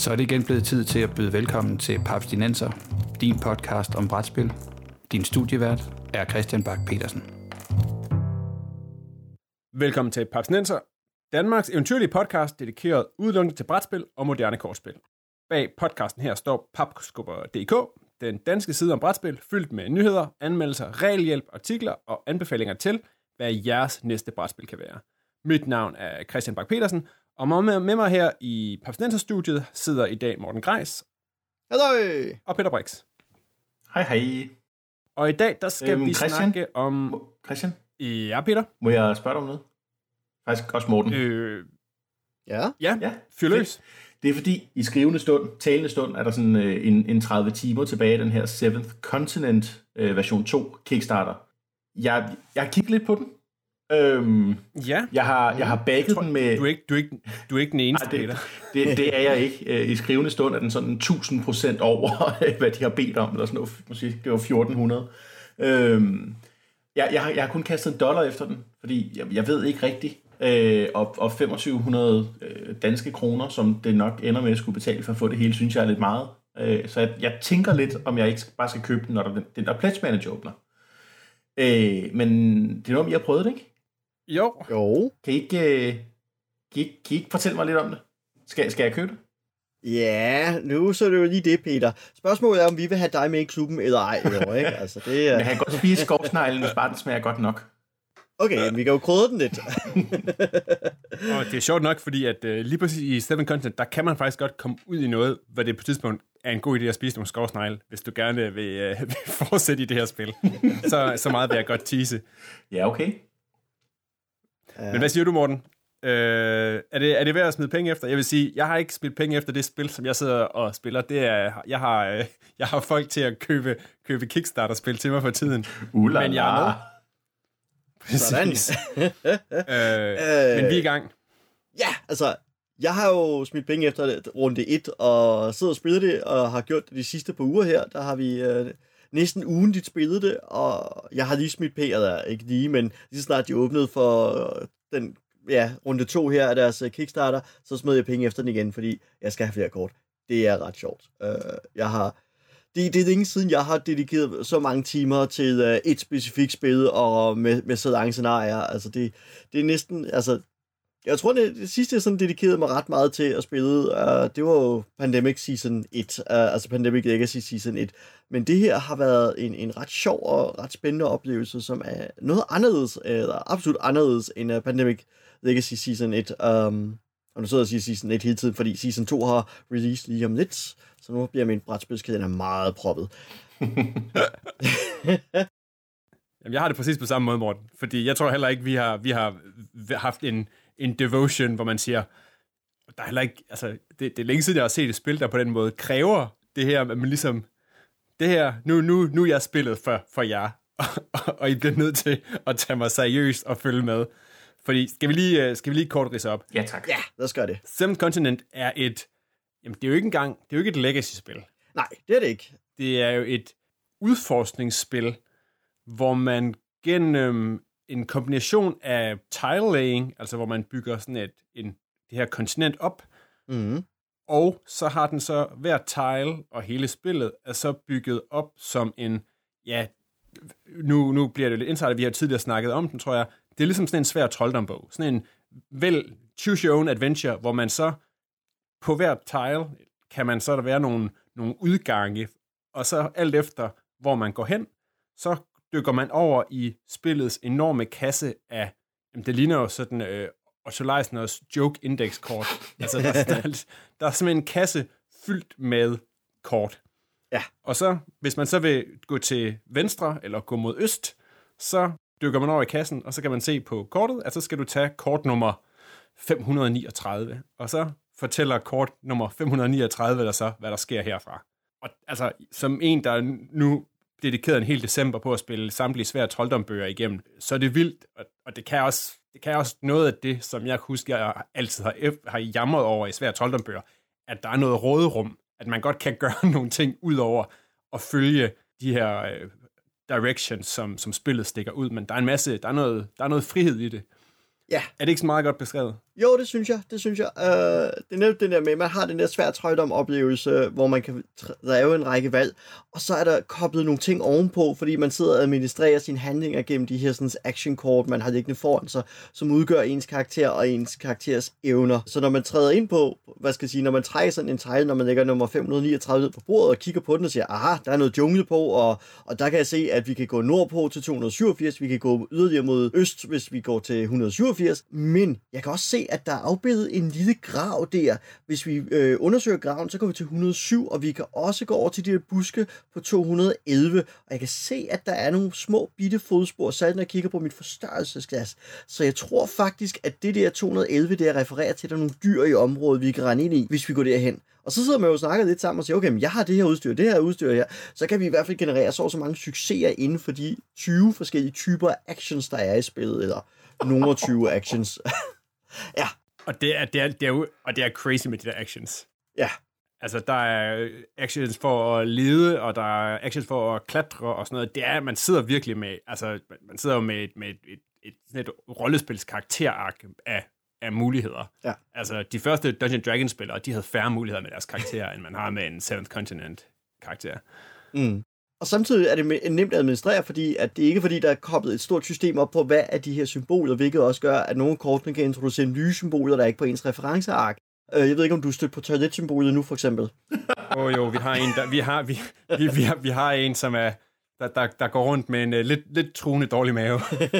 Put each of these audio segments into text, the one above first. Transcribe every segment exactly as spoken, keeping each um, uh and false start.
Så er det igen blevet tid til at byde velkommen til Papstinenser, din podcast om brætspil. Din studievært er Christian Bak petersen. Velkommen til Papstinenser, Danmarks eventyrlige podcast, dedikeret udelukkende til brætspil og moderne kortspil. Bag podcasten her står papskubber punktum d k, den danske side om brætspil, fyldt med nyheder, anmeldelser, regelhjælp, artikler og anbefalinger til, hvad jeres næste brætspil kan være. Mit navn er Christian Bak petersen, og med mig her i Papstinenser-studiet sidder i dag Morten Greis. Hallo! Og Peter Brix. Hej hej. Og i dag, der skal øhm, vi Christian? snakke om... Må, Christian? Ja, Peter? Må jeg spørge dig om noget? Faktisk også Morten. Øh... Ja? Ja, ja. fyr løs. Det er fordi, i skrivende stund, talende stund, er der sådan øh, en, en tredive timer tilbage i den her Seventh Continent øh, version to Kickstarter. Jeg, jeg har kigget lidt på den. Øhm, ja. Jeg har, jeg har bagget den med... Du er ikke, du er ikke, du er ikke den eneste, Ej, det, Peter. det, det er jeg ikke. I skrivende stund er den sådan tusind procent over, hvad de har bedt om, eller sådan noget. Måske det var fjorten hundrede. Øhm, jeg, jeg, har, jeg har kun kastet en dollar efter den, fordi jeg, jeg ved ikke rigtigt. Øh, og, og femogtyve hundrede øh, danske kroner, som det nok ender med at skulle betale for at få det hele, synes jeg er lidt meget. Øh, så jeg, jeg tænker lidt, om jeg ikke bare skal købe den, når der, den, den der Pledge Manager åbner. Øh, men det er noget, om I har prøvet det, ikke? Jo. Jo. Kan I ikke, øh, kan I, kan I ikke fortælle mig lidt om det? Skal, skal jeg købe det? Ja, nu så er det jo lige det, Peter. Spørgsmålet er, om vi vil have dig med i klubben eller ej. Eller, ikke? Altså, det, uh... Jeg kan godt spise skovsneglen, hvis bare den smager godt nok. Okay, vi kan jo krydre den lidt. Og det er sjovt nok, fordi at uh, lige præcis i Seven Continent, der kan man faktisk godt komme ud i noget, hvor det på et tidspunkt er en god idé at spise nogle skovsnegle, hvis du gerne vil, uh, vil fortsætte i det her spil. så, så meget vil jeg godt tease. Ja, okay. Ja. Men hvad siger du, Morten? Uh, er, det, er det værd at smide penge efter? Jeg vil sige, jeg har ikke spillet penge efter det spil, som jeg sidder og spiller. Det er, jeg har, uh, jeg har folk til at købe, købe Kickstarter-spil til mig for tiden. Ulala. Men jeg er med. Præcis. øh, øh, men vi er i gang. Ja, altså, jeg har jo smidt penge efter runde et, og sidder og spiller det, og har gjort det de sidste par uger her. Der har vi øh, næsten ugentligt spillet det, og jeg har lige smidt penge der, ikke lige, men lige så snart de åbnede for den, ja, runde to her af deres Kickstarter, så smed jeg penge efter den igen, fordi jeg skal have flere kort. Det er ret sjovt. Øh, jeg har... Det, det er længe siden, jeg har dedikeret så mange timer til uh, et specifikt spil, og med, med så lange scenarier. Altså, det, det er næsten, altså, jeg tror, det, det sidste, jeg sådan dedikerede mig ret meget til at spille, uh, det var jo Pandemic Season et, uh, altså Pandemic Legacy Season et. Men det her har været en, en ret sjov og ret spændende oplevelse, som er noget anderledes, eller absolut anderledes end uh, Pandemic Legacy Season et. Um, og nu sidder jeg og siger Season et hele tiden, fordi Season to har release lige om lidt, så nu bliver min brætspilskalender meget proppet. Jamen, jeg har det præcis på samme måde, Morten. Fordi jeg tror heller ikke, vi har, vi har haft en, en devotion, hvor man siger, der er heller ikke, altså, det, det er længe siden, jeg har set et spil, der på den måde kræver det her, at man ligesom, det her, nu, nu, nu er jeg spillet for, for jer, og, og I bliver nødt til at tage mig seriøst og følge med. Fordi, skal vi lige, skal vi lige kort ridse op? Ja, tak. Ja, lad os gøre det. Seventh Continent er et, jamen, det er jo ikke engang, det er jo ikke et legacy-spil. Nej, det er det ikke. Det er jo et udforskningsspil, hvor man gennem en kombination af tile-laying, altså hvor man bygger sådan et, en, det her kontinent op, mm. og så har den så hver tile og hele spillet er så bygget op som en, ja, nu, nu bliver det lidt insider, vi har tidligere snakket om den, tror jeg. Det er ligesom sådan en svær trolddombog. Sådan en vel choose your own adventure, hvor man så på hver tile kan man så der være nogle, nogle udgange, og så alt efter, hvor man går hen, så dykker man over i spillets enorme kasse af, jamen det ligner jo sådan øh, Otto Leisners joke index kort. Altså der, der, der er simpelthen en kasse fyldt med kort. Ja. Og så, hvis man så vil gå til venstre, eller gå mod øst, så dykker man over i kassen, og så kan man se på kortet, at så skal du tage kort nummer fem hundrede niogtredive, og så fortæller kort nummer fem hundrede niogtredive der så, hvad der sker herfra. Og altså, som en, der nu dedikeret en hel december på at spille samtlige svære trolddombøger igennem, så er det vildt, og, og det kan også det kan også noget af det, som jeg husker, jeg altid har, har jamret over i svære trolddombøger, at der er noget råderum, at man godt kan gøre nogle ting ud over at følge de her øh, directions, som, som spillet stikker ud, men der er en masse, der er noget, der er noget frihed i det. Ja. Er det ikke så meget godt beskrevet? Jo, det synes jeg, det synes jeg. Uh, det er netop den der med, man har den der svært trøjdom-oplevelse, hvor man kan lave en række valg, og så er der koblet nogle ting ovenpå, fordi man sidder og administrerer sine handlinger gennem de her sådan, action-kort, man har liggende foran sig, som udgør ens karakter og ens karakters evner. Så når man træder ind på, hvad skal jeg sige, når man trækker sådan en tegl, når man lægger nummer fem hundrede niogtredive på bordet og kigger på den og siger, aha, der er noget jungle på, og, og der kan jeg se, at vi kan gå nordpå til to hundrede syvogfirs, vi kan gå yderligere mod øst, hvis vi går til et hundrede syvogfirs, men jeg kan også se, at der er afbildet en lille grav der. Hvis vi øh, undersøger graven, så går vi til et hundrede og syv, og vi kan også gå over til de der buske på to hundrede og elleve, og jeg kan se, at der er nogle små bitte fodspor, særligt når jeg kigger på mit forstørrelsesglas. Så jeg tror faktisk, at det der to hundrede og elleve, det refererer til, at der er nogle dyr i området, vi kan rende ind i, hvis vi går derhen. Og så sidder man jo og snakker lidt sammen og siger, okay, men jeg har det her udstyr, det her udstyr her, så kan vi i hvert fald generere så så mange succeser inden for de tyve forskellige typer af actions, der er i spillet, eller nogle tyve actions. Ja. Og det er, det, er, det, er jo, og det er crazy med de der actions. Ja. Altså, der er actions for at lede, og der er actions for at klatre og sådan noget. Det er, man sidder virkelig med, altså, man sidder jo med et, med et, et, et, et, et rollespilskarakterark af, af muligheder. Ja. Altså, de første Dungeons and Dragons-spillere, de havde færre muligheder med deres karakterer, end man har med en Seventh Continent-karakter. Mm. Og samtidig er det nemt at administrere, fordi at det ikke er fordi, der er koblet et stort system op på, hvad er de her symboler, hvilket også gør, at nogle kortene kan introducere nye symboler, der er ikke på ens referenceark. Jeg ved ikke, om du er stødt på toiletsymbolet nu, for eksempel. Åh oh, jo, vi har en, der, vi, har, vi, vi, vi, har, vi har en, som er, der, der, der går rundt med en uh, lidt, lidt truende dårlig mave.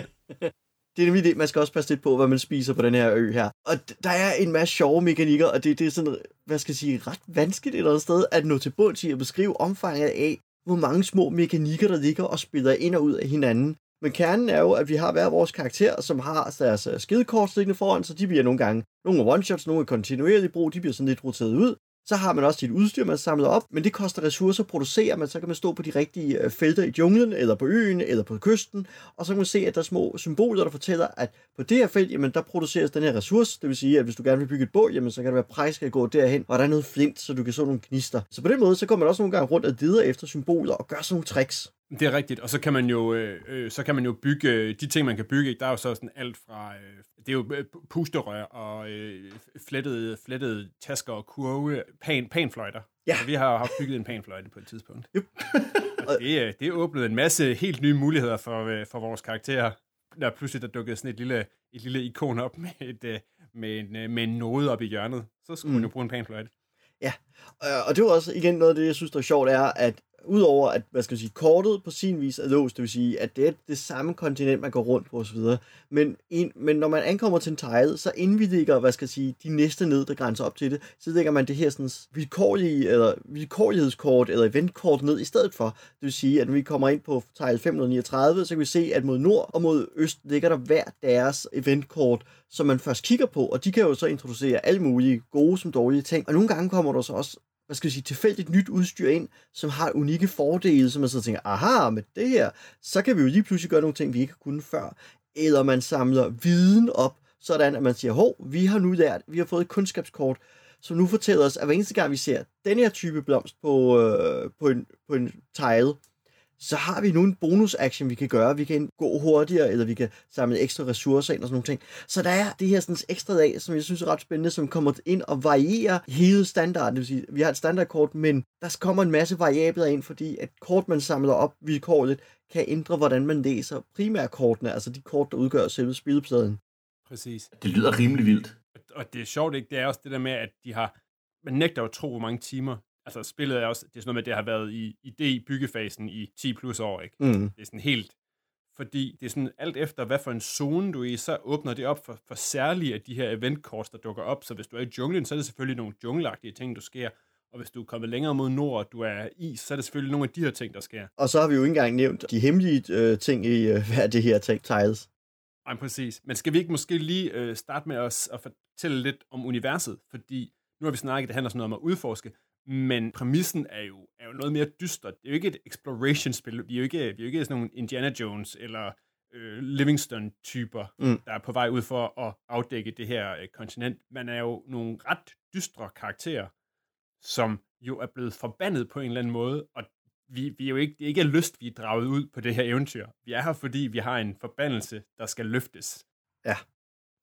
Det er nemlig det, man skal også passe lidt på, hvad man spiser på den her ø her. Og der er en masse sjove mekanikker, og det, det er sådan, hvad skal jeg sige, ret vanskeligt et eller andet sted, at nå til bunds i at beskrive omfanget af, hvor mange små mekanikker, der ligger og spiller ind og ud af hinanden. Men kernen er jo, at vi har hver vores karakter, som har deres skidekort liggende foran, så de bliver nogle gange, nogle er one-shots, nogle er kontinuerligt brug, de bliver sådan lidt roteret ud. Så har man også sit udstyr, man samler op, men det koster ressourcer at producere, men så kan man stå på de rigtige felter i junglen, eller på øen, eller på kysten, og så kan man se, at der er små symboler, der fortæller, at på det her felt, jamen der produceres den her ressource, det vil sige, at hvis du gerne vil bygge et bål, jamen så kan det være præcis at gå derhen, og der er noget flint, så du kan så nogle gnister. Så på den måde, så går man også nogle gange rundt og leder efter symboler og gør sådan nogle tricks. Det er rigtigt, og så kan man jo, øh, så kan man jo bygge, de ting, man kan bygge, der er jo så sådan alt fra, øh, det er jo pusterør og øh, flettede, flettede tasker og kurve, pan, panfløjter. Ja. Så vi har jo haft bygget en panfløjte på et tidspunkt. Yep. Og det, det åbnede en masse helt nye muligheder for, for vores karakterer. Der pludselig der dukkede sådan et lille, et lille ikon op med, et, med, en, med en node op i hjørnet. Så skulle mm. man jo bruge en panfløjte. Ja, og det var også igen noget af det, jeg synes, der er sjovt, er, at udover at, hvad skal jeg sige, kortet på sin vis er låst, det vil sige, at det er det samme kontinent, man går rundt på osv., men, en, men når man ankommer til en tile, så inden vi lægger, hvad skal jeg sige, de næste ned, der grænser op til det, så lægger man det her sådan vilkårlige, eller vilkårlighedskort, eller eventkort ned i stedet for. Det vil sige, at når vi kommer ind på tile fem hundrede niogtredive, så kan vi se, at mod nord og mod øst ligger der hver deres eventkort, som man først kigger på, og de kan jo så introducere alle mulige gode som dårlige ting, og nogle gange kommer der så også, hvad skal jeg sige, tilfældigt nyt udstyr ind, som har unikke fordele, som man så tænker, aha, med det her, så kan vi jo lige pludselig gøre nogle ting, vi ikke har kunnet før. Eller man samler viden op, sådan at man siger, hov, vi har nu lært, vi har fået et kundskabskort, som nu fortæller os, at hver eneste gang vi ser den her type blomst på, øh, på, en, på en tile, så har vi nu en bonus-action, vi kan gøre. Vi kan gå hurtigere, eller vi kan samle ekstra ressourcer ind og sådan nogle ting. Så der er det her sådan ekstra lag, som jeg synes er ret spændende, som kommer ind og varierer hele standarden. Det vil sige, vi har et standardkort, men der kommer en masse variabler ind, fordi et kort, man samler op vilkårligt, kan ændre, hvordan man læser primærkortene, altså de kort, der udgør selve spilpladen. Præcis. Det lyder rimelig vildt. Og det er sjovt, ikke? Det er også det der med, at de har... Man nægter jo at tro, hvor mange timer. Altså, spillet er også... Det er sådan noget med, at det har været i idé-byggefasen i ti plus år, ikke? Mm. Det er sådan helt... Fordi det er sådan alt efter, hvad for en zone du er i, så åbner det op for, for særlige af de her eventkort, der dukker op. Så hvis du er i junglen, så er det selvfølgelig nogle junglagtige ting, du sker. Og hvis du er kommet længere mod nord, og du er is, så er det selvfølgelig nogle af de her ting, der sker. Og så har vi jo ikke engang nævnt de hemmelige øh, ting i, øh, hvad er det her ting, tiles. Nej, præcis. Men skal vi ikke måske lige øh, starte med at, at fortælle lidt om universet? Fordi nu har vi snakket, det handler sådan noget om at udforske, men præmissen er jo, er jo noget mere dystert. Det er jo ikke et exploration-spil. Vi er jo ikke, vi er jo ikke sådan nogle Indiana Jones eller øh, Livingston-typer, mm. der er på vej ud for at afdække det her øh, kontinent. Man er jo nogle ret dystre karakterer, som jo er blevet forbandet på en eller anden måde, og vi, vi er jo ikke, det er ikke lyst, vi er draget ud på det her eventyr. Vi er her, fordi vi har en forbandelse, der skal løftes. Ja.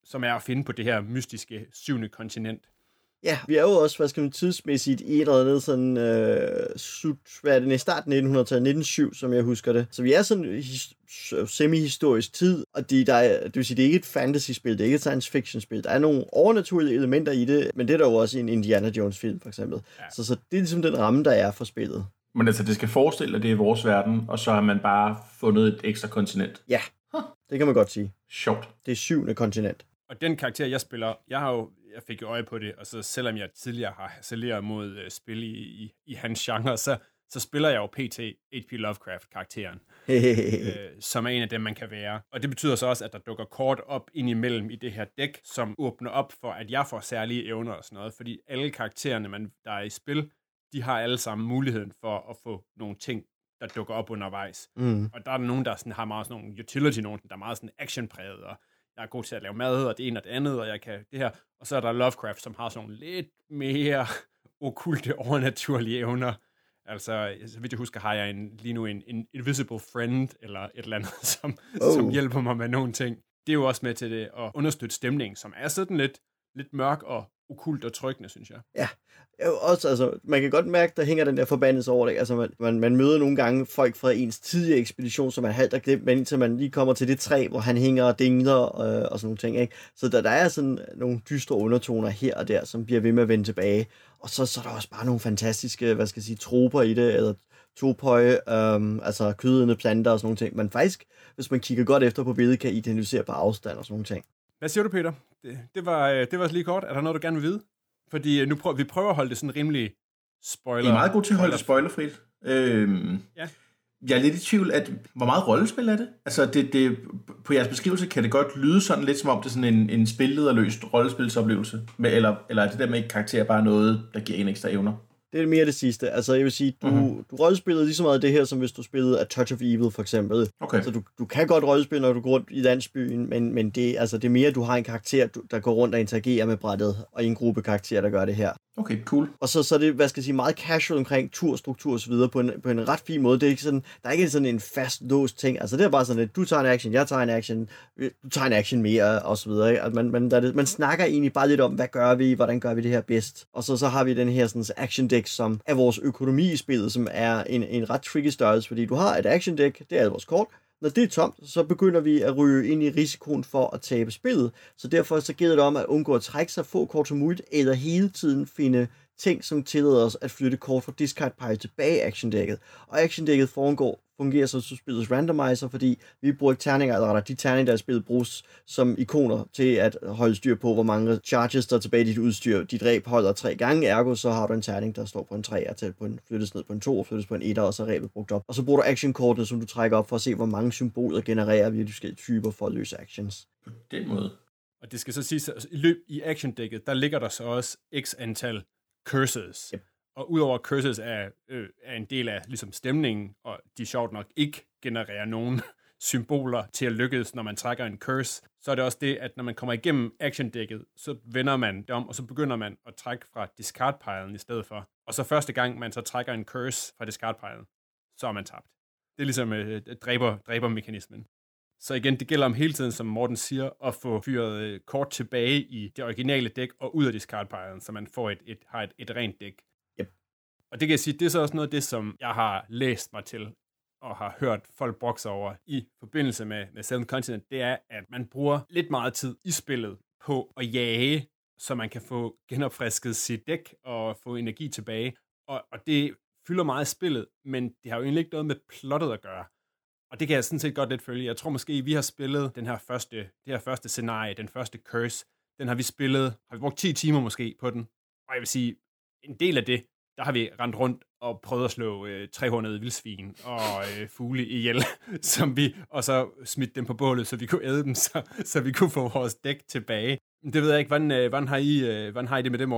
som er at finde på det her mystiske syvende kontinent. Ja, vi er jo også, hvad skal man tidsmæssigt, i et eller andet sådan, øh, slut, hvad er det, i starten af nittenhundredetallet, nitten nul syv, som jeg husker det. Så vi er sådan his, semi-historisk tid, og det, der er, det vil sige, det er ikke et fantasy-spil, det er ikke et science-fiction-spil. Der er nogle overnaturlige elementer i det, men det er der jo også i en Indiana Jones-film, for eksempel. Ja. Så, så det er ligesom den ramme, der er for spillet. Men altså, det skal forestille, at det er vores verden, og så har man bare fundet et ekstra kontinent. Ja, huh. Det kan man godt sige. Sjovt. Det er syvende kontinent. Og den karakter, jeg spiller, jeg har jo, jeg fik jo øje på det, og så selvom jeg tidligere har saleret mod uh, spil i, i, i hans genre, så, så spiller jeg jo P T H P Lovecraft-karakteren, øh, som er en af dem, man kan være. Og det betyder så også, at der dukker kort op indimellem i det her dæk, som åbner op for, at jeg får særlige evner og sådan noget, fordi alle karaktererne, man, der er i spil, de har alle sammen muligheden for at få nogle ting, der dukker op undervejs. Mm. Og der er der nogen, der sådan, har meget sådan nogle utility, nogen, der er meget sådan actionpræget, og jeg er god til at lave mad, og det ene og det andet, og jeg kan det her. Og så er der Lovecraft, som har sådan nogle lidt mere okkulte, overnaturlige evner. Altså, så vidt jeg husker, har jeg en, lige nu en, en invisible friend, eller et eller andet, som, oh. som hjælper mig med nogle ting. Det er jo også med til det at understøtte stemningen, som er sådan lidt, lidt mørk og okkult og trykkende, synes jeg. Ja, også, altså, man kan godt mærke, der hænger den der forbandelse over det. Altså, man, man, man møder nogle gange folk fra ens tidligere ekspedition, som man halvt har glemt, men indtil man lige kommer til det træ, hvor han hænger og dingler øh, og sådan nogle ting, ikke? Så der, der er sådan nogle dystre undertoner her og der, som bliver ved med at vende tilbage. Og så, så er der også bare nogle fantastiske, hvad skal jeg sige, troper i det, eller topøje, øhm, altså kødende planter og sådan nogle ting. Man faktisk, hvis man kigger godt efter på billedet, kan identificere på afstand og sådan nogle ting. Hvad siger du, Peter? Det, det, var, det var lige kort. Er der noget, du gerne vil vide? Fordi nu prøver, vi prøver at holde det sådan rimelig spoiler. I er meget god til at holde det spoilerfrit. Øhm, ja. Jeg er lidt i tvivl, at hvor meget rollespil er det? Altså, det, det, på jeres beskrivelse kan det godt lyde sådan lidt, som om det er sådan en, en spillederløst rollespilsoplevelse. Med, eller, eller er det der med ikke karakter bare noget, der giver en ekstra evner? Det er mere det sidste. Altså, jeg vil sige, du, mm-hmm. du rollespillede lige så meget det her, som hvis du spillede A Touch of Evil, for eksempel. Okay. Så du, du kan godt rollespille, når du går rundt i landsbyen, men, men det, altså, det er mere, at du har en karakter, du, der går rundt og interagerer med brættet, og en gruppe karakterer, der gør det her. Okay, cool. Og så, så er det, hvad skal jeg sige, meget casual omkring turstruktur og så videre, på en, på en ret fin måde. Det er ikke sådan, der er ikke sådan en fast låst ting. Altså, det er bare sådan, at du tager en action, jeg tager en action, du tager en action mere, og så videre. Ikke? Altså, man, man, der det, man snakker egentlig bare lidt om, hvad gør vi, hvordan gør vi det her bedst. Og så, så har vi den her sådan, action deck, som er vores økonomi i spillet, som er en, en ret tricky størrelse, fordi du har et action deck, det er vores kort. Når det er tomt, så begynder vi at ryge ind i risikoen for at tabe spillet. Så derfor så gælder det om at undgå at trække sig få kort som muligt, eller hele tiden finde ting, som tillader os at flytte kort fra discard pile tilbage i action-dækket. Og action-dækket foregår, fungerer så som spillets randomizer, fordi vi bruger ikke terninger, eller de terninger, der er spillet, bruges som ikoner til at holde styr på, hvor mange charges der er tilbage i dit udstyr. Dit ræb holder tre gange, ergo så har du en terning, der står på en tre, og til på en, flyttes ned på en to, og flyttes på en et, og så er ræbet brugt op. Og så bruger du action-kortet, som du trækker op for at se, hvor mange symboler genererer vi af de forskellige typer for at løse actions. På den måde. Og det skal så siges, at i løb i action-dækket, der ligger der så også x antal curses. Yep. Og udover curses er, øh, er en del af ligesom stemningen, og de sjovt nok ikke genererer nogen symboler til at lykkes, når man trækker en curse, så er det også det, at når man kommer igennem action-dækket, så vender man det om, og så begynder man at trække fra discard-pilen i stedet for. Og så første gang, man så trækker en curse fra discard-pilen, så er man tabt. Det er ligesom øh, dræber, dræbermekanismen. Så igen, det gælder om hele tiden, som Morten siger, at få fyret øh, kort tilbage i det originale dæk og ud af discard-pilen, så man får et, et, har et, et rent dæk. Yep. Og det kan jeg sige, det er så også noget af det, som jeg har læst mig til og har hørt folk brokse over i forbindelse med, med Seventh Continent, det er, at man bruger lidt meget tid i spillet på at jage, så man kan få genopfrisket sit dæk og få energi tilbage. Og, og det fylder meget i spillet, men det har jo egentlig ikke noget med plottet at gøre. Og det kan jeg sådan set godt lidt følge. Jeg tror måske, vi har spillet den her første, det her første scenarie, den første curse, den har vi spillet, har vi brugt ti timer måske på den. Og jeg vil sige, en del af det, der har vi rendt rundt og prøvet at slå øh, trehundrede vildsvin og øh, fugle ihjel, som vi, og så smidt dem på bålet, så vi kunne æde dem, så, så vi kunne få vores dæk tilbage. Det ved jeg ikke, hvordan, øh, hvordan, har I, øh, hvordan har I det med det, Morten?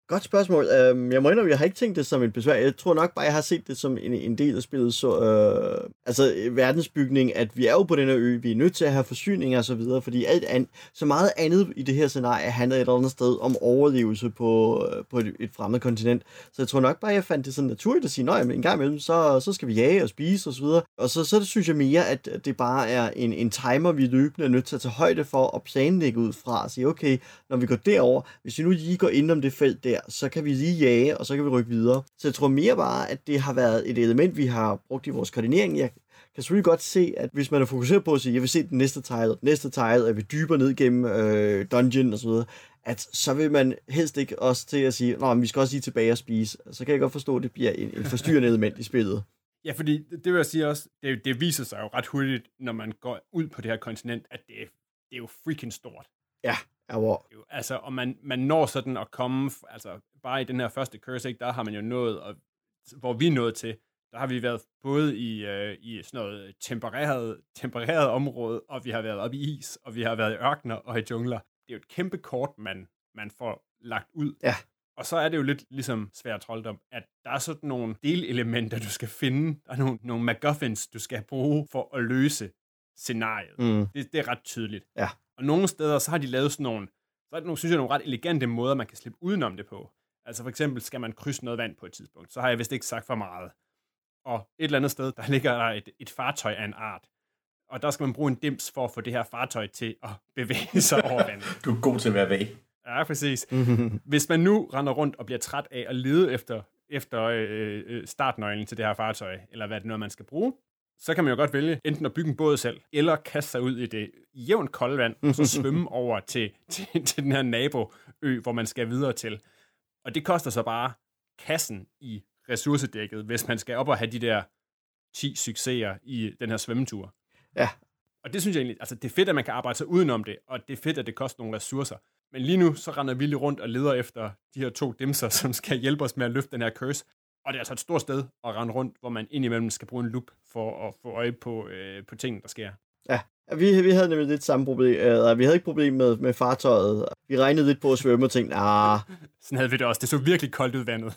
Godt spørgsmål. Uh, jeg må indrømme, jeg har ikke tænkt det som et besvær. Jeg tror nok bare, jeg har set det som en, en del af spillet. Så, uh, altså verdensbygning, at vi er jo på den her ø, vi er nødt til at have forsyninger og så videre, fordi alt an, så meget andet i det her scenarie handler et eller andet sted om overlevelse på, uh, på et, et fremmed kontinent. Så jeg tror nok bare, jeg fandt det sådan naturligt at sige, nej, men en gang imellem, så, så skal vi jage og spise og så videre. Og så, så det synes jeg mere, at det bare er en, en timer, vi løbende er nødt til at tage højde for at planlægge ud fra og sige, okay, når vi går derover, hvis vi nu lige går ind om det felt der, så kan vi lige jage, og så kan vi rykke videre. Så jeg tror mere bare, at det har været et element, vi har brugt i vores koordinering. Jeg kan selvfølgelig godt se, at hvis man er fokuseret på at sige, jeg vil se den næste tile, og den næste tile, og jeg vil dybere ned gennem øh, dungeon og så videre, at så vil man helst ikke også til at sige, nå, men vi skal også lige tilbage og spise. Så kan jeg godt forstå, at det bliver en, en forstyrrende element i spillet. Ja, fordi det vil jeg sige også, det, det viser sig jo ret hurtigt, når man går ud på det her kontinent, at det, det er jo freaking stort. Ja. Hvor... Altså, og man, man når sådan at komme, altså bare i den her første curse, ikke, der har man jo nået, og hvor vi er nået til, der har vi været både i, øh, i sådan noget tempereret, tempereret område, og vi har været oppe i is, og vi har været i ørkener og i jungler. Det er jo et kæmpe kort, man, man får lagt ud. Ja. Og så er det jo lidt ligesom svær trolddom, at der er sådan nogle delelementer, du skal finde. Der er nogle, nogle MacGuffins, du skal bruge for at løse scenariet. Mm. Det, det er ret tydeligt. Ja. Og nogle steder, så har de lavet sådan nogle, så er det nogle, synes jeg, nogle ret elegante måder, man kan slippe udenom det på. Altså for eksempel, skal man krydse noget vand på et tidspunkt, så har jeg vist ikke sagt for meget. Og et eller andet sted, der ligger der et, et fartøj af en art. Og der skal man bruge en dims for at få det her fartøj til at bevæge sig over vandet. Du er god til at være væg. Ja, præcis. Hvis man nu render rundt og bliver træt af at lede efter, efter øh, startnøglen til det her fartøj, eller hvad det nu er, man skal bruge, så kan man jo godt vælge enten at bygge en båd selv, eller kaste sig ud i det jævnt kolde vand, og så svømme over til, til, til den her naboø, hvor man skal videre til. Og det koster så bare kassen i ressourcedækket, hvis man skal op og have de der ti succeser i den her svømmetur. Ja. Og det synes jeg egentlig, altså det er fedt, at man kan arbejde sig udenom det, og det er fedt, at det koster nogle ressourcer. Men lige nu, så render vi lige rundt og leder efter de her to dimser, som skal hjælpe os med at løfte den her curse. Og det er altså et stort sted at rende rundt, hvor man indimellem skal bruge en lup for at få øje på, øh, på tingene, der sker. Ja, vi, vi havde nemlig lidt samme problem. Uh, vi havde ikke problem med, med fartøjet. Vi regnede lidt på at svømme og tænkte, nah. Sådan havde vi det også. Det så virkelig koldt ud vandet.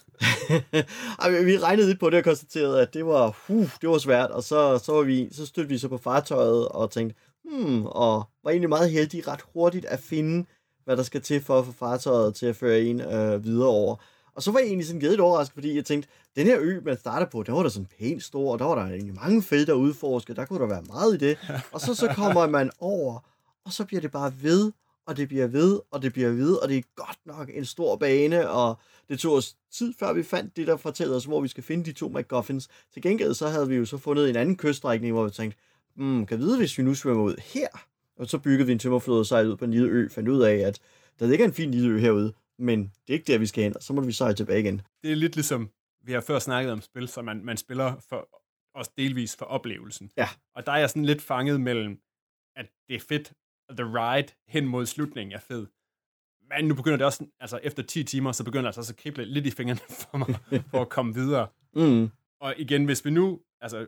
Ej, vi regnede lidt på det og konstaterede, at det var, uh, det var svært. Og så, så, var vi, så stødte vi så på fartøjet og tænkte, hmm, og var egentlig meget heldige ret hurtigt at finde, hvad der skal til for at få fartøjet til at føre en øh, videre over. Og så var jeg egentlig sådan glædet overrasket, fordi jeg tænkte, den her ø, man starter på, der var der sådan pænt stor, og der var der egentlig mange felter at udforske, der kunne der være meget i det. Og så, så kommer man over, og så bliver det bare ved, og det bliver ved, og det bliver ved, og det er godt nok en stor bane, og det tog os tid, før vi fandt det, der fortæller os, hvor vi skal finde de to MacGuffins. Til gengæld så havde vi jo så fundet en anden kyststrækning, hvor vi tænkte, hmm, kan vide, hvis vi nu svømmer ud her? Og så byggede vi en tømmerflåde og sejlede ud på en lille ø, fandt ud af, at der ligger en fin lille ø herude, men det er ikke der, vi skal hen, og så må vi sejle tilbage igen. Det er lidt ligesom, vi har før snakket om spil, så man, man spiller for, også delvis for oplevelsen. Ja. Og der er jeg sådan lidt fanget mellem, at det er fedt, og the ride hen mod slutningen er fed. Men nu begynder det også, altså efter ti timer, så begynder det altså også at krible lidt i fingrene for mig, for at komme videre. Mm. Og igen, hvis vi nu, altså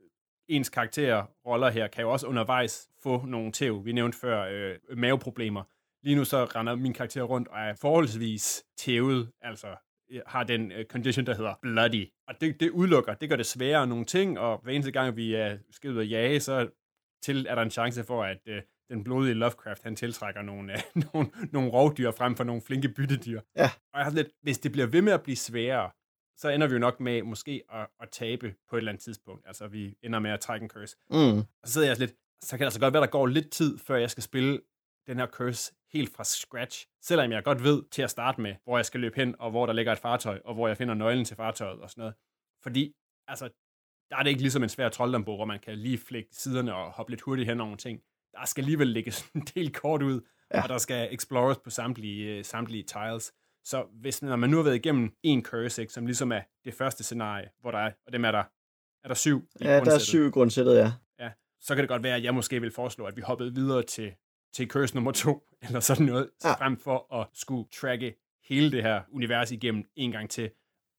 ens karakterer, roller her, kan jo også undervejs få nogle tæv. Vi nævnte før øh, maveproblemer. Lige nu så render min karakter rundt og er forholdsvis tævet, altså har den uh, condition, der hedder bloody. Og det, det udelukker, det gør det sværere nogle ting, og hver eneste gang, vi er skal ud og jage, så til er der en chance for, at uh, den blodige Lovecraft, han tiltrækker nogle, uh, nogle, nogle rovdyr frem for nogle flinke byttedyr. Ja. Og jeg har lidt, hvis det bliver ved med at blive sværere, så ender vi jo nok med måske at, at tabe på et eller andet tidspunkt. Altså, vi ender med at trække en curse. Mm. Og så sidder jeg lidt, så kan det altså godt være, der går lidt tid, før jeg skal spille den her curse helt fra scratch. Selvom jeg godt ved til at starte med, hvor jeg skal løbe hen, og hvor der ligger et fartøj, og hvor jeg finder nøglen til fartøjet og sådan noget. Fordi, altså, der er det ikke ligesom en svær trolddombog, hvor man kan lige flække siderne og hoppe lidt hurtigt hen over nogle ting. Der skal alligevel lægge sådan en del kort ud, ja. Og der skal explores på samtlige, samtlige tiles. Så hvis når man nu har været igennem en curse, ikke, som ligesom er det første scenarie, hvor der er, og dem er der, er der syv i Ja, der er syv i grundsættet, ja. Ja, så kan det godt være, at jeg måske vil foreslå, at vi hoppede videre til, til curse nummer to, eller sådan noget, ja. Frem for at skulle tracke hele det her univers igennem en gang til.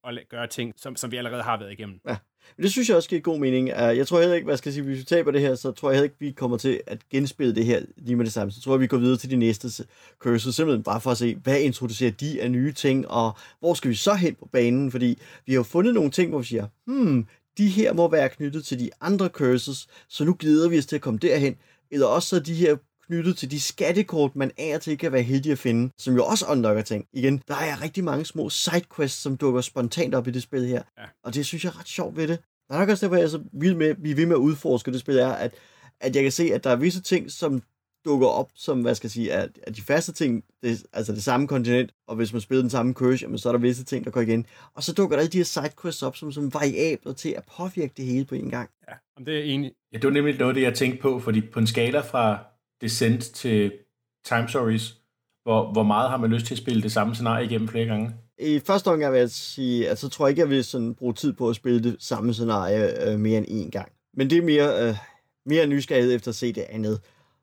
at gøre ting, som, som vi allerede har været igennem. Ja, men det synes jeg også giver god mening. Jeg tror heller ikke, hvad skal jeg sige, hvis vi taber det her, så tror jeg heller ikke, vi kommer til at genspille det her lige med det samme. Så tror jeg, vi går videre til de næste curses, simpelthen bare for at se, hvad introducerer de af nye ting, og hvor skal vi så hen på banen, fordi vi har jo fundet nogle ting, hvor vi siger, hmm, de her må være knyttet til de andre curses, så nu glæder vi os til at komme derhen, eller også så de her knyttet til de skattekort, man af og til kan være heldig at finde, som jo også unlocker ting. Igen, der er rigtig mange små sidequests, som dukker spontant op i det spil her. Ja. Og det synes jeg er ret sjovt ved det. Der er nok også derfor, jeg er så vild med, vi er ved med at udforske det spil, er, at, at jeg kan se, at der er visse ting, som dukker op, som, hvad skal jeg sige, er, er de faste ting, det, altså det samme kontinent, og hvis man spiller den samme curse, jamen, så er der visse ting, der går igen. Og så dukker der de her sidequests op, som, som variabler til at påvirke det hele på en gang. Ja, om det er enig. Ja, det var nemlig noget, det jeg tænkte på, fordi på en skala fra Descent til Time Stories, hvor, hvor meget har man lyst til at spille det samme scenarie igennem flere gange? I første omgang vil jeg sige, at så tror jeg ikke, jeg vil sådan bruge tid på at spille det samme scenarie øh, mere end én gang. Men det er mere, øh, mere nysgerrighed efter at se det andet.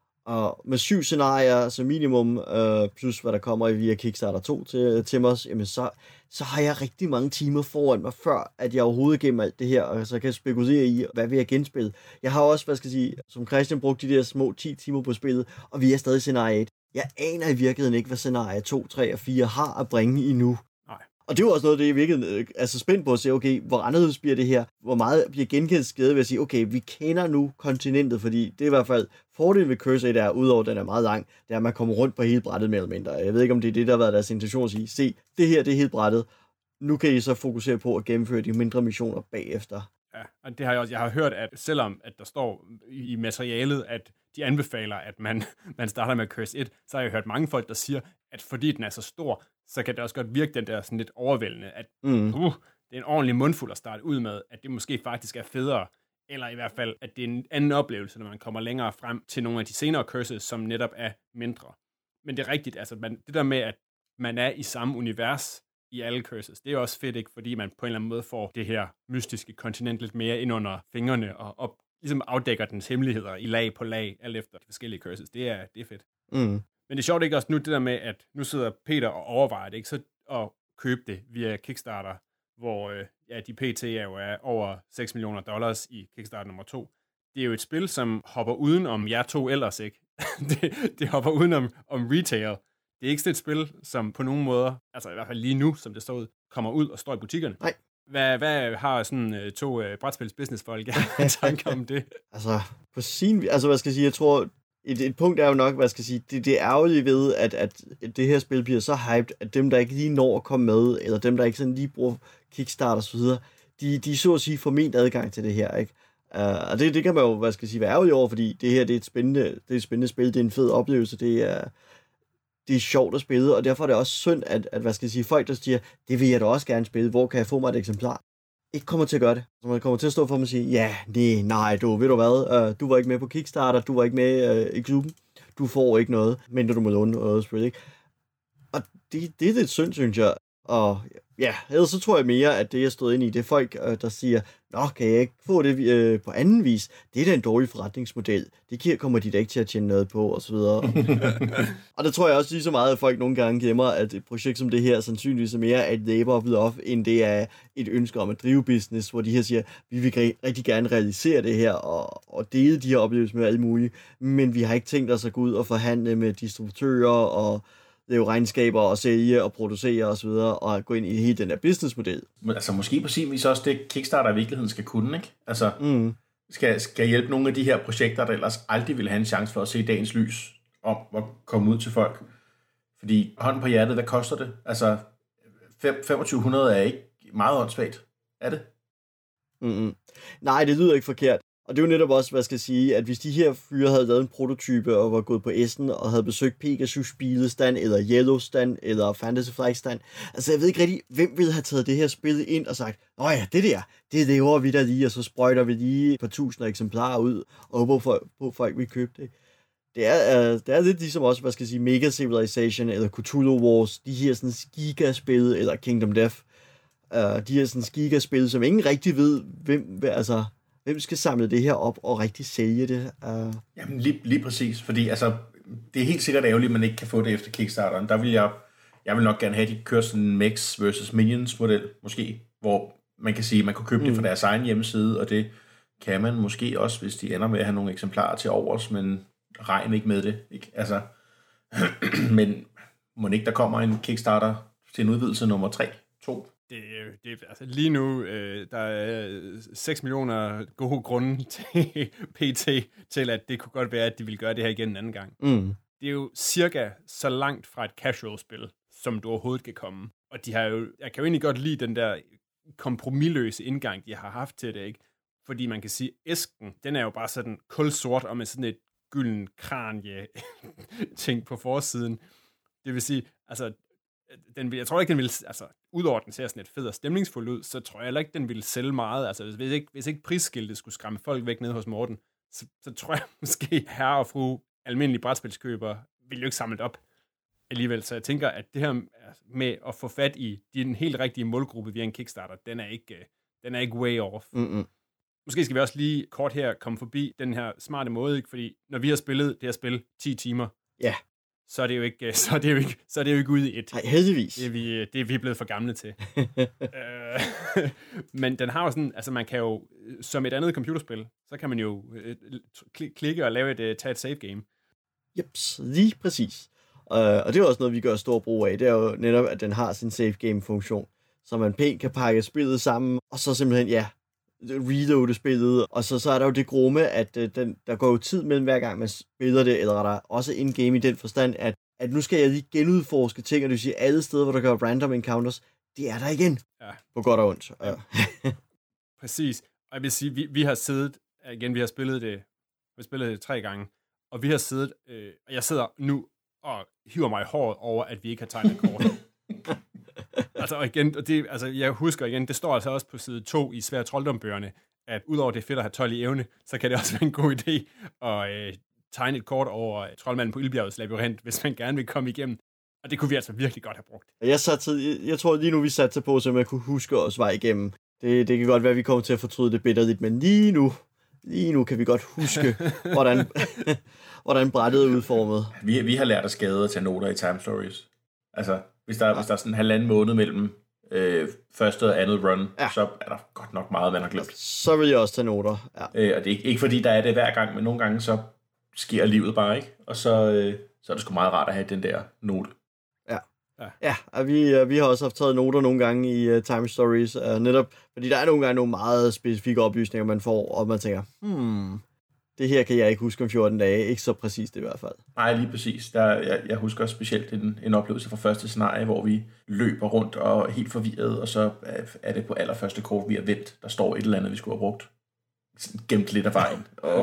Og med syv scenarier som minimum, øh, plus hvad der kommer via Kickstarter to til, til os, jamen så, så har jeg rigtig mange timer foran mig, før at jeg overhovedet gennem alt det her, og så kan jeg spekulere i, hvad vil jeg genspille. Jeg har også, hvad skal jeg sige, som Christian brugt de der små ti timer på spillet, og vi er stadig i scenarie et. Jeg aner i virkeligheden ikke, hvad scenarie to, tre og fire har at bringe endnu. Nej. Og det er jo også noget, det er virkelig altså spændt på at se, okay, hvor anderledes bliver det her? Hvor meget bliver genkendelsesskade ved at sige, okay, vi kender nu kontinentet, fordi det er i hvert fald fordelen ved Curse eight er, udover den er meget lang, det er, at man kommer rundt på hele brættet mere eller mindre. Jeg ved ikke, om det er det, der har været deres intention at sige, se, det her, det er hele brættet. Nu kan I så fokusere på at gennemføre de mindre missioner bagefter. Ja, og det har jeg også. Jeg har hørt, at selvom at der står i materialet, at de anbefaler, at man, man starter med Curse eight, så har jeg hørt mange folk, der siger, at fordi den er så stor, så kan det også godt virke den der sådan lidt overvældende, at mm. uh, det er en ordentlig mundfuld at starte ud med, at det måske faktisk er federe, eller i hvert fald, at det er en anden oplevelse, når man kommer længere frem til nogle af de senere curses, som netop er mindre. Men det er rigtigt, altså man, det der med, at man er i samme univers i alle curses, det er også fedt, ikke? Fordi man på en eller anden måde får det her mystiske kontinent lidt mere ind under fingrene, og op, ligesom afdækker dens hemmeligheder i lag på lag, alt efter de forskellige curses. Det er, det er fedt. Mm. Men det er sjovt ikke også nu, det der med, at nu sidder Peter og overvejer det, ikke? Så at købe det via Kickstarter, hvor øh, ja, de pt. Er jo er over seks millioner dollars i Kickstarter nummer to. Det er jo et spil, som hopper uden om jer to ellers, ikke? det, det hopper uden om, om retail. Det er ikke sådan et spil, som på nogen måder, altså i hvert fald lige nu, som det står ud, kommer ud og står i butikkerne. Nej. Hvad, hvad har sådan uh, to uh, brætspils businessfolk en tanke om det? Altså, på sin, altså hvad skal jeg sige, jeg tror, et, et punkt er jo nok, hvad skal jeg sige, det, det er ærgerligt ved, at, at det her spil bliver så hyped, at dem, der ikke lige når at komme med, eller dem, der ikke sådan lige bruger Kickstarter og så videre, de, de så at sige får ment adgang til det her, ikke? Uh, og det, det kan man jo, hvad skal jeg sige, være ærgerlig over, fordi det her, det er et spændende, det er et spændende spil, det er en fed oplevelse, det er, det er sjovt at spille, og derfor er det også synd, at, at hvad skal jeg sige, folk, der siger, det vil jeg da også gerne spille, hvor kan jeg få mig et eksemplar? Ikke kommer til at gøre det. Så man kommer til at stå for mig og sige, ja, nej, nej, du, ved du hvad, uh, du var ikke med på Kickstarter, du var ikke med uh, i klubben, du får ikke noget, mindre du må låne noget spil, ikke? Og det, det er lidt synd, synes jeg. Og ja, ellers så tror jeg mere, at det, jeg stod ind i, det er folk, øh, der siger, nå, kan jeg ikke få det øh, på anden vis? Det er da en dårlig forretningsmodel. Det kommer de da ikke til at tjene noget på, og så videre. Og det tror jeg også lige så meget, at folk nogle gange glemmer, at et projekt som det her sandsynligvis er mere et labor of love, end det er et ønske om at drive business, hvor de her siger, vi vil rigtig gerne realisere det her, og, og dele de her oplevelser med alle mulige, men vi har ikke tænkt os at gå ud og forhandle med distributører, og lave regnskaber og sælge og producere og så videre, og gå ind i hele den der businessmodel. Men altså måske på sin vis også det Kickstarter i virkeligheden skal kunne, ikke? Altså mm. skal, skal hjælpe nogle af de her projekter, der ellers aldrig ville have en chance for at se dagens lys, om at komme ud til folk. Fordi hånden på hjertet, hvad koster det? Altså femogtyve hundrede er ikke meget åndssvagt, er det? Mm-hmm. Nej, det lyder ikke forkert. Og det er jo netop også, hvad jeg skal sige, at hvis de her fyre havde lavet en prototype og var gået på Essen og havde besøgt Pegasus Spilestand, eller Yellowstand, eller Fantasy Flight Stand, altså jeg ved ikke rigtig, hvem ville have taget det her spil ind og sagt, åh ja, det der, det laver vi der lige, og så sprøjter vi lige et par tusinder eksemplarer ud, og håber på, på folk vil købe det. Det er, uh, det er lidt ligesom også, hvad skal jeg sige, Mega Civilization, eller Cthulhu Wars, de her sådan gigaspil, eller Kingdom Death, uh, de her sådan gigaspil, som ingen rigtig ved, hvem, altså... Hvem skal samle det her op og rigtig sælge det? Uh... Jamen lige, lige præcis, fordi altså, det er helt sikkert ærgerligt, at man ikke kan få det efter Kickstarteren. Der vil jeg, jeg vil nok gerne have, at de kører sådan en Mechs versus Minions model, måske. hvor man kan sige, at man kunne købe mm. det fra deres egen hjemmeside, og det kan man måske også, hvis de ender med at have nogle eksemplarer til overs, men regn ikke med det. Ikke? Altså, men må ikke der kommer en Kickstarter til en udvidelse nummer tre, to? Det, det, altså lige nu, øh, der er seks millioner gode grunde til P T, til at det kunne godt være, at de ville gøre det her igen en anden gang. Mm. Det er jo cirka så langt fra et casual-spil, som du overhovedet kan komme. Og de har jo, jeg kan jo egentlig godt lide den der kompromisløse indgang, de har haft til det, ikke? Fordi man kan sige, æsken, den er jo bare sådan kulsort og med sådan et gylden kranje ting på forsiden. Det vil sige, altså, den, jeg tror ikke, den vil, altså, udover den ser sådan et fed og stemningsfuld ud, så tror jeg heller ikke, den ville sælge meget. Altså, hvis ikke, hvis ikke prisskiltet skulle skræmme folk væk nede hos Morten, så, så tror jeg måske, herre og fru almindelige brætspilskøber ville jo ikke samle op alligevel. Så jeg tænker, at det her med at få fat i den helt rigtige målgruppe via en Kickstarter, den er ikke, den er ikke way off. Mm-mm. Måske skal vi også lige kort her komme forbi den her smarte måde, ikke? Fordi når vi har spillet det her spil ti timer, ja. så er det jo ikke, så er det jo ikke, så er det jo ikke ude i et. Nej, heldigvis. Det er vi, det er vi blevet for gamle til. øh, men den har jo sådan, altså man kan jo, som et andet computerspil, så kan man jo øh, klikke og lave et, uh, tage et save game. Jeps, lige præcis. Uh, og det er også noget, vi gør stor brug af. Det er jo netop, at den har sin save game funktion, så man pænt kan pakke spillet sammen, og så simpelthen, ja, reloade spillet, og så, så er der jo det grumme, at uh, den, der går jo tid mellem hver gang man spiller det, eller er der også in-game i den forstand, at, at nu skal jeg lige genudforske ting, og det vil sige, alle steder, hvor der gør random encounters, det er der igen. Ja. På godt og ondt. Ja. Præcis. Og jeg vil sige, vi, vi har siddet, igen, vi har spillet det, vi har spillet det tre gange, og vi har siddet, øh, og jeg sidder nu og hiver mig i håret over, at vi ikke har tegnet kort. altså, og igen, og det, altså, jeg husker igen, det står altså også på side to i Svær Trolddombøgerne, at udover det er fedt at have tolv i evne, så kan det også være en god idé at øh, tegne et kort over Troldmanden på Ildbjergets labyrint, hvis man gerne vil komme igennem. Og det kunne vi altså virkelig godt have brugt. Jeg, satte, jeg, jeg tror lige nu, vi satte på, så man kunne huske os vej igennem. Det, det kan godt være, at vi kommer til at fortryde det bitterligt, men lige nu, lige nu kan vi godt huske, hvordan, hvordan brættet er udformet. Vi, vi har lært at skade og tage noter i Time Stories. Altså, hvis der, ja. hvis der er sådan en halvanden måned mellem øh, første og andet run, ja. så er der godt nok meget, man har glemt. Så vil jeg også tage noter, ja. Øh, og det er ikke, ikke fordi, der er det hver gang, men nogle gange så sker livet bare, ikke? Og så, øh, så er det sgu meget rart at have den der note. Ja, ja. ja og vi, vi har også haft taget noter nogle gange i uh, Time Stories, uh, netop fordi der er nogle gange nogle meget specifikke oplysninger, man får, og man tænker, hmm, det her kan jeg ikke huske om fjorten dage, ikke så præcist i hvert fald. Nej, lige præcis. Der, jeg, jeg husker også specielt en, en oplevelse fra første scenarie, hvor vi løber rundt og er helt forvirret, og så er det på allerførste kort, vi har vendt, der står et eller andet, vi skulle have brugt. Gemt lidt af vejen. Oh.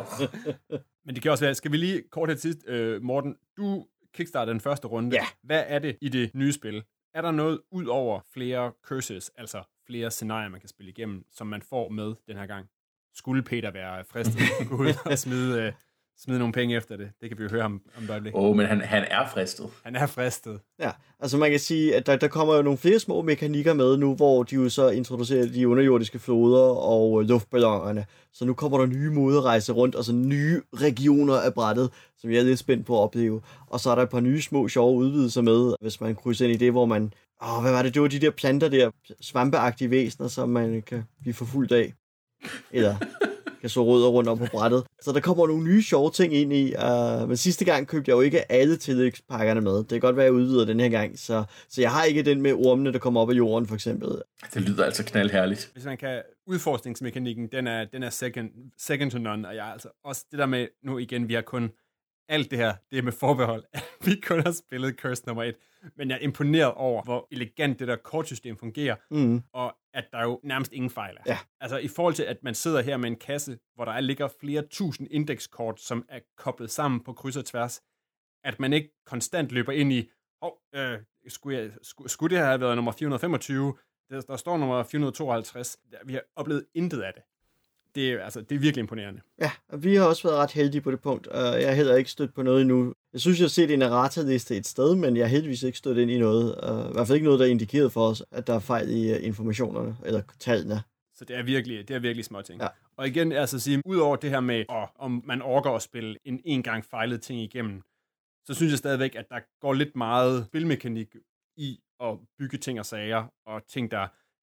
Men det kan også være, skal vi lige kort her til sidst, øh, Morten, du kickstarter den første runde. Ja. Hvad er det i det nye spil? Er der noget ud over flere curses, altså flere scenarier, man kan spille igennem, som man får med den her gang? Skulle Peter være fristet at gå ud og smide, øh, smide nogle penge efter det? Det kan vi jo høre om, om et øjeblik. Åh, oh, men han, han er fristet. Han er fristet. Ja, altså man kan sige, at der, der kommer jo nogle flere små mekanikker med nu, hvor de jo så introducerer de underjordiske floder og luftballonerne. Så nu kommer der nye måder at rejse rundt, og så nye regioner af brættet, som jeg er lidt spændt på at opleve. Og så er der et par nye små sjove udvidelser med, hvis man krydser ind i det, hvor man... Åh, hvad var det? Det var de der planter der, svampeagtige væsener, som man kan blive forfulgt af. Eller kan så rødder rundt om på brættet. Så der kommer nogle nye sjove ting ind i. Uh, men sidste gang købte jeg jo ikke alle tillægspakkerne med. Det kan godt være, at jeg udvider den her gang. Så, så jeg har ikke den med ormene, der kommer op af jorden, for eksempel. Det lyder altså knaldherligt. Hvis man kan... Udforskningsmekanikken, den er, den er second, second to none. Og jeg altså også det der med, nu igen, vi har kun... Alt det her, det er med forbehold. Vi kun har spillet Curse nummer et. Men jeg er imponeret over, hvor elegant det der kortsystem fungerer, mm. og at der jo nærmest ingen fejl er. Ja. Altså i forhold til, at man sidder her med en kasse, hvor der ligger flere tusind indekskort, som er koblet sammen på kryds og tværs, at man ikke konstant løber ind i, oh, øh, skulle, jeg, skulle, skulle det have været nummer fire hundrede femogtyve? Der, der står nummer fire hundrede tooghalvtreds. Vi har oplevet intet af det. Det er, altså, det er virkelig imponerende. Ja, og vi har også været ret heldige på det punkt. Jeg har heller ikke stødt på noget endnu. Jeg synes, jeg har set en errata-liste et sted, men jeg har heldigvis ikke stødt ind i noget. I hvert fald ikke noget, der er indikeret for os, at der er fejl i informationerne, eller tallene. Så det er virkelig, det er virkelig små ting. Ja. Og igen, altså sige, udover det her med, oh, om man orker at spille en en gang fejlet ting igennem, så synes jeg stadigvæk, at der går lidt meget spilmekanik i at bygge ting og sager, og ting, der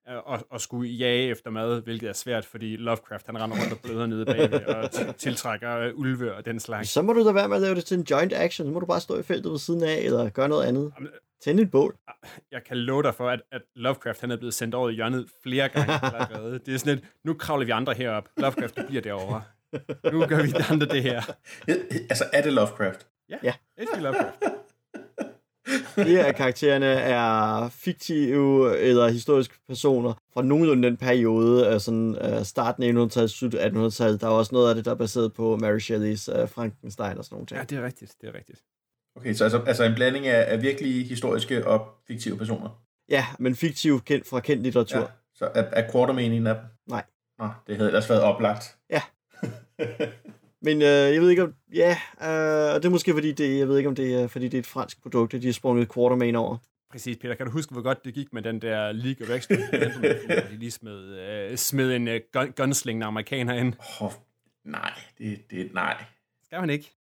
og, og skulle jage efter mad, hvilket er svært, fordi Lovecraft, han render rundt og bløder nede bagved, og t- tiltrækker ulve og den slags. Så må du da være med at lave det til en joint action. Så må du bare stå i feltet ved siden af, eller gøre noget andet. Jamen, Tænd et bål. Jeg kan love dig for, at, at Lovecraft, han er blevet sendt over i hjørnet flere gange allerede. Det er sådan lidt, nu kravler vi andre herop. Lovecraft, du bliver derovre. Nu gør vi de andre det her. Altså, er det Lovecraft? Ja, ja. H P Lovecraft. Flere af karaktererne er fiktive eller historiske personer fra nogenlunde den periode, af sådan uh, starten af nittenhundredetallet, slut attenhundredetallet. Der er også noget af det, der er baseret på Mary Shelleys uh, Frankenstein og sådan noget. Ja, det er rigtigt, det er rigtigt. Okay, så altså, altså en blanding af, af virkelige historiske og fiktive personer? Ja, men fiktiv kendt fra kendt litteratur. Ja. Så er, er Quatermain en af dem? Nej. Nå, det havde ellers været oplagt. Ja. Men øh, jeg ved ikke om... Ja, øh, det er måske fordi, det, jeg ved ikke om det er, fordi det er et fransk produkt, de har sprunget Quatermain over. Præcis, Peter. Kan du huske, hvor godt det gik med den der League of Extraordinary Gentlemen, hvor de lige smed, øh, smed en øh, gun, gunslingende amerikaner ind? Oh, nej, det, det nej. Skal man ikke?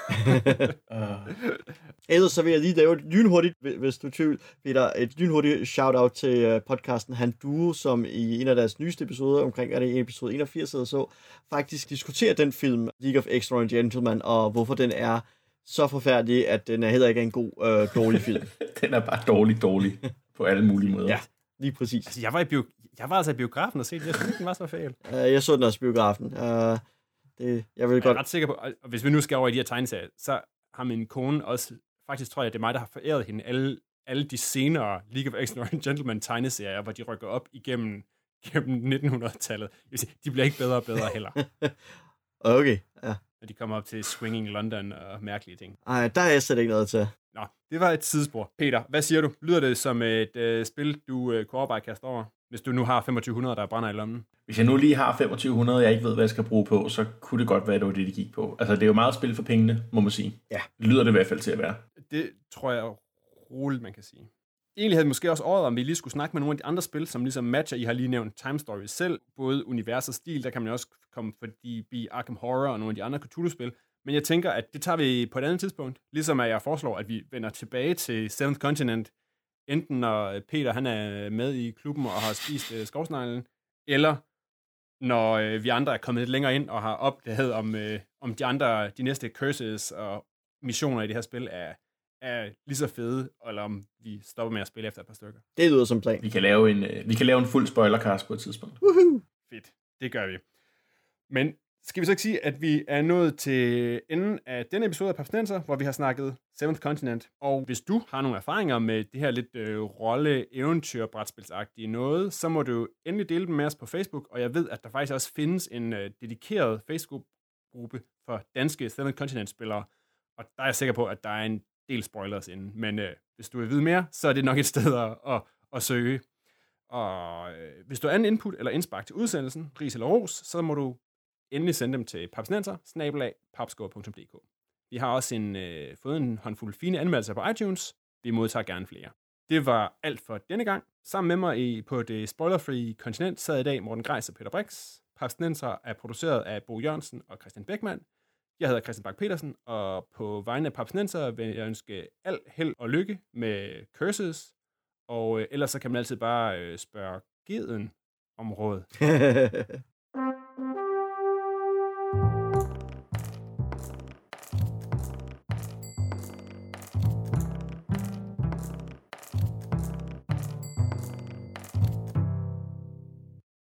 uh. Ellers så vil jeg lige lave et lynhurtigt, hvis du er tvivl, Peter, et lynhurtigt shout-out til uh, podcasten Han Duo, som i en af deres nyeste episoder, omkring er det episode enogfirs eller så, faktisk diskuterer den film, League of Extraordinary Gentlemen, og hvorfor den er så forfærdelig, at den er heller ikke en god, uh, dårlig film. Den er bare dårlig, dårlig på alle mulige måder. Ja, lige præcis. Altså, jeg var, i bio- jeg var altså i biografen og set, jeg synes, den var så fæl. Uh, jeg så den også i biografen. Uh, det, jeg vil jeg godt... er ret sikker på, og hvis vi nu skal over i de her tegneserier, så har min kone også, faktisk tror jeg, det er mig, der har foræret hende alle, alle de senere League of Extraordinary Gentlemen tegneserier, hvor de rykker op igennem gennem nittenhundredetallet. De bliver ikke bedre og bedre heller. Okay, ja. Når de kommer op til Swinging London og mærkelige ting. Ej, der er jeg slet ikke noget til. Nå, det var et sidespor. Peter, hvad siger du? Lyder det som et øh, spil, du øh, kunne overveje kaste over? Hvis du nu har femogtyve hundrede, der brænder i lommen. Hvis jeg nu lige har femogtyve hundrede, jeg ikke ved, hvad jeg skal bruge på, så kunne det godt være, at det var det, de gik på. Altså, det er jo meget spil for pengene, må man sige. Ja. Lyder det i hvert fald til at være. Det tror jeg roligt, man kan sige. Egentlig havde vi måske også overvejet, om vi lige skulle snakke med nogle af de andre spil, som ligesom matcher. I har lige nævnt Time Story selv, både univers og stil, der kan man også komme forbi Arkham Horror og nogle af de andre Cthulhu-spil. Men jeg tænker, at det tager vi på et andet tidspunkt. Ligesom at jeg foreslår, at vi vender tilbage til Seventh Continent, enten når Peter han er med i klubben og har spist øh, skovsneglen, eller når øh, vi andre er kommet lidt længere ind og har opdaget, om, øh, om de andre, de næste curses og missioner i det her spil er, er lige så fede, eller om vi stopper med at spille efter et par stykker. Det lyder som plan. Vi kan lave en, øh, vi kan lave en fuld spoilercast på et tidspunkt. Woohoo! Fedt, det gør vi. Men skal vi så ikke sige, at vi er nået til enden af denne episode af Papsnenser, hvor vi har snakket Seventh Continent. Og hvis du har nogle erfaringer med det her lidt øh, rolle-eventyr-brætspilsagtige noget, så må du endelig dele dem med os på Facebook. Og jeg ved, at der faktisk også findes en øh, dedikeret Facebook-gruppe for danske Seventh Continent-spillere. Og der er jeg sikker på, at der er en del spoilers inde. Men øh, hvis du vil vide mere, så er det nok et sted at, at, at søge. Og øh, hvis du har anden input eller indspark til udsendelsen, ris eller ros, så må du endelig sende dem til papsnenser snabel-a papskov punktum d k. Vi har også en, øh, fået en håndfuld fine anmeldelser på iTunes. Vi modtager gerne flere. Det var alt for denne gang. Sammen med mig i, på det spoilerfree kontinent sad i dag Morten Greis og Peter Brix. Papsnenser er produceret af Bo Jørgensen og Christian Beckmann. Jeg hedder Christian Bak petersen, og på vegne af Papsnenser vil jeg ønske al held og lykke med curses. Og øh, ellers så kan man altid bare øh, spørge geden om råd.